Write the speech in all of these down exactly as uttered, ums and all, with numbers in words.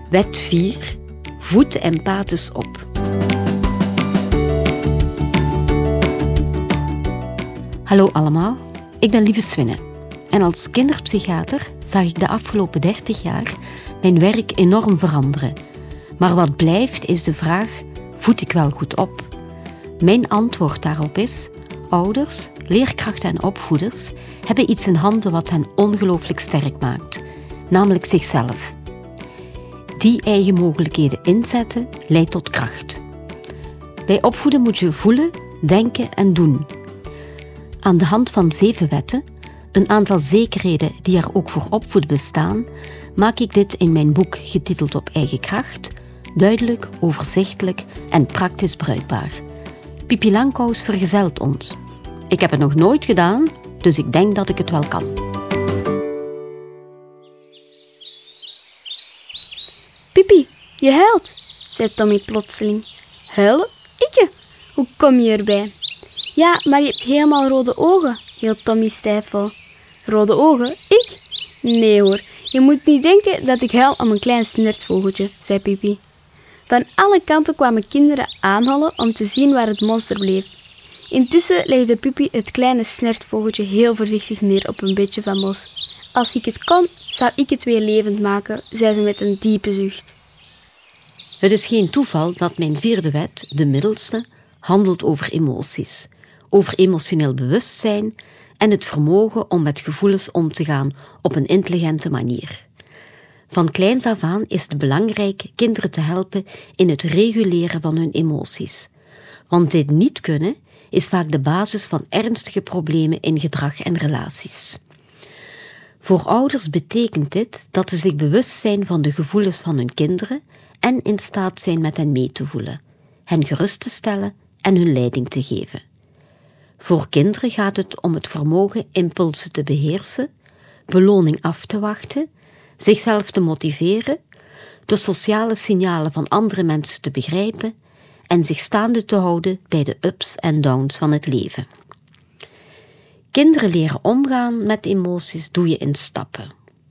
Wet vier. Voed empathisch op. Hallo allemaal, ik ben Lieve Swinne. En als kinderpsychiater zag ik de afgelopen dertig jaar mijn werk enorm veranderen. Maar wat blijft is de vraag, voed ik wel goed op? Mijn antwoord daarop is, ouders, leerkrachten en opvoeders hebben iets in handen wat hen ongelooflijk sterk maakt, namelijk zichzelf. Die eigen mogelijkheden inzetten leidt tot kracht. Bij opvoeden moet je voelen, denken en doen. Aan de hand van zeven wetten, een aantal zekerheden die er ook voor opvoeden bestaan, maak ik dit in mijn boek getiteld Op eigen kracht, duidelijk, overzichtelijk en praktisch bruikbaar. Pipi Langkous vergezelt ons. Ik heb het nog nooit gedaan, dus ik denk dat ik het wel kan. Pipi, je huilt, zei Tommy plotseling. Huilen? Ikke? Hoe kom je erbij? Ja, maar je hebt helemaal rode ogen, hield Tommy stijf vol. Rode ogen? Ik? Nee hoor, je moet niet denken dat ik huil om een klein snertvogeltje, zei Pipi. Van alle kanten kwamen kinderen aanhollen om te zien waar het monster bleef. Intussen legde Pipi het kleine snertvogeltje heel voorzichtig neer op een beetje van mos. Als ik het kon, zou ik het weer levend maken, zei ze met een diepe zucht. Het is geen toeval dat mijn vierde wet, de middelste, handelt over emoties. Over emotioneel bewustzijn en het vermogen om met gevoelens om te gaan op een intelligente manier. Van kleins af aan is het belangrijk kinderen te helpen in het reguleren van hun emoties. Want dit niet kunnen is vaak de basis van ernstige problemen in gedrag en relaties. Voor ouders betekent dit dat ze zich bewust zijn van de gevoelens van hun kinderen en in staat zijn met hen mee te voelen, hen gerust te stellen en hun leiding te geven. Voor kinderen gaat het om het vermogen impulsen te beheersen, beloning af te wachten, zichzelf te motiveren, de sociale signalen van andere mensen te begrijpen en zich staande te houden bij de ups en downs van het leven. Kinderen leren omgaan met emoties doe je in stappen.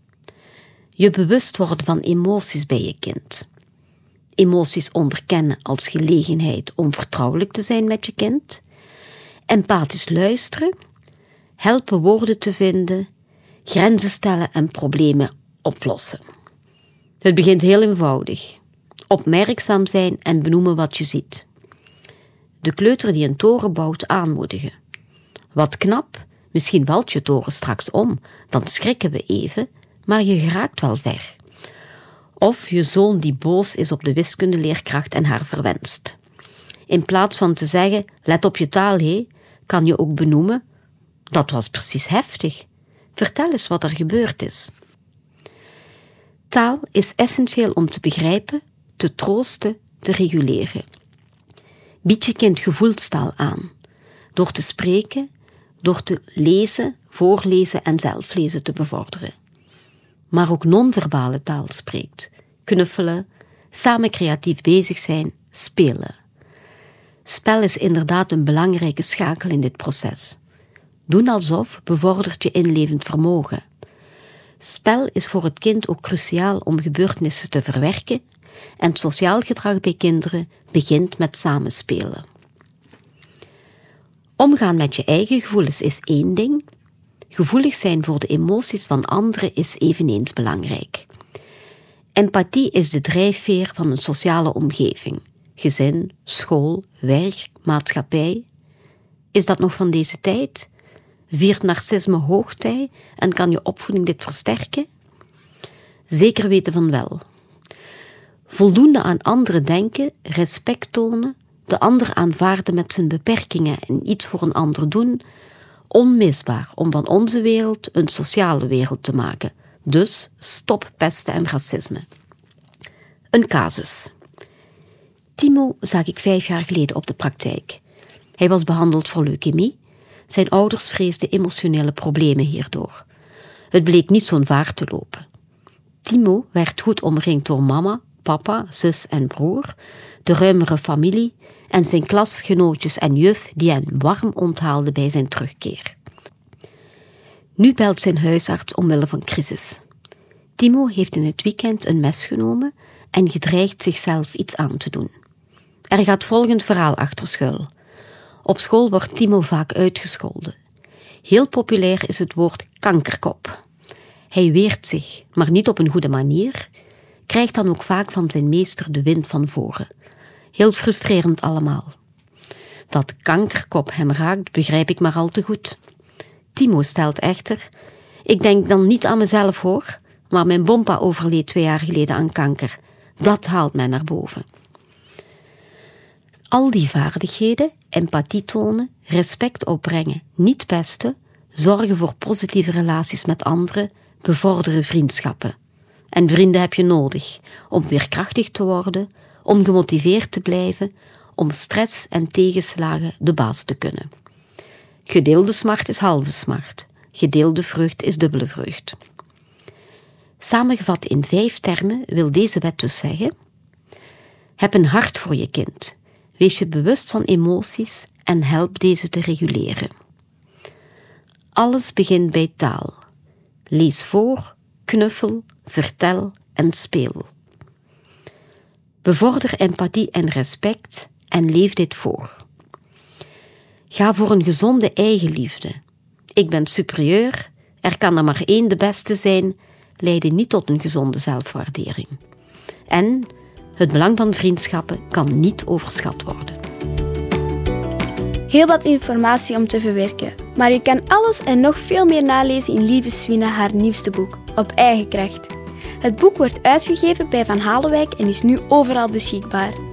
Je bewust worden van emoties bij je kind. Emoties onderkennen als gelegenheid om vertrouwelijk te zijn met je kind. Empathisch luisteren. Helpen woorden te vinden. Grenzen stellen en problemen oplossen. Het begint heel eenvoudig. Opmerkzaam zijn en benoemen wat je ziet. De kleuter die een toren bouwt aanmoedigen. Wat knap, misschien valt je toren straks om, dan schrikken we even, maar je geraakt wel ver. Of je zoon die boos is op de wiskundeleerkracht en haar verwenst. In plaats van te zeggen, let op je taal, hé, kan je ook benoemen, dat was precies heftig. Vertel eens wat er gebeurd is. Taal is essentieel om te begrijpen, te troosten, te reguleren. Bied je kind gevoelstaal aan, door te spreken, door te lezen, voorlezen en zelflezen te bevorderen. Maar ook non-verbale taal spreekt. Knuffelen, samen creatief bezig zijn, spelen. Spel is inderdaad een belangrijke schakel in dit proces. Doen alsof bevordert je inlevend vermogen. Spel is voor het kind ook cruciaal om gebeurtenissen te verwerken en sociaal gedrag bij kinderen begint met samenspelen. Omgaan met je eigen gevoelens is één ding. Gevoelig zijn voor de emoties van anderen is eveneens belangrijk. Empathie is de drijfveer van een sociale omgeving. Gezin, school, werk, maatschappij. Is dat nog van deze tijd? Viert narcisme hoogtij en kan je opvoeding dit versterken? Zeker weten van wel. Voldoende aan anderen denken, respect tonen, de ander aanvaarden met zijn beperkingen en iets voor een ander doen, onmisbaar om van onze wereld een sociale wereld te maken. Dus stop pesten en racisme. Een casus. Timo zag ik vijf jaar geleden op de praktijk. Hij was behandeld voor leukemie. Zijn ouders vreesden emotionele problemen hierdoor. Het bleek niet zo'n vaart te lopen. Timo werd goed omringd door mama, papa, zus en broer, de ruimere familie en zijn klasgenootjes en juf die hem warm onthaalden bij zijn terugkeer. Nu belt zijn huisarts omwille van crisis. Timo heeft in het weekend een mes genomen en gedreigd zichzelf iets aan te doen. Er gaat volgend verhaal achter schuil. Op school wordt Timo vaak uitgescholden. Heel populair is het woord kankerkop. Hij weert zich, maar niet op een goede manier, krijgt dan ook vaak van zijn meester de wind van voren. Heel frustrerend allemaal. Dat kankerkop hem raakt, begrijp ik maar al te goed. Timo stelt echter: ik denk dan niet aan mezelf hoor, maar mijn bompa overleed twee jaar geleden aan kanker. Dat haalt mij naar boven. Al die vaardigheden, empathie tonen, respect opbrengen, niet pesten, zorgen voor positieve relaties met anderen, bevorderen vriendschappen. En vrienden heb je nodig om veerkrachtig te worden, om gemotiveerd te blijven, om stress en tegenslagen de baas te kunnen. Gedeelde smart is halve smart. Gedeelde vreugd is dubbele vreugd. Samengevat in vijf termen wil deze wet dus zeggen: heb een hart voor je kind. Wees je bewust van emoties en help deze te reguleren. Alles begint bij taal. Lees voor, knuffel, vertel en speel. Bevorder empathie en respect en leef dit voor. Ga voor een gezonde eigenliefde. Ik ben superieur, er kan er maar één de beste zijn, leiden niet tot een gezonde zelfwaardering. En het belang van vriendschappen kan niet overschat worden. Heel wat informatie om te verwerken, maar je kan alles en nog veel meer nalezen in Lieve Swina haar nieuwste boek, Op eigen kracht. Het boek wordt uitgegeven bij Van Halewijk en is nu overal beschikbaar.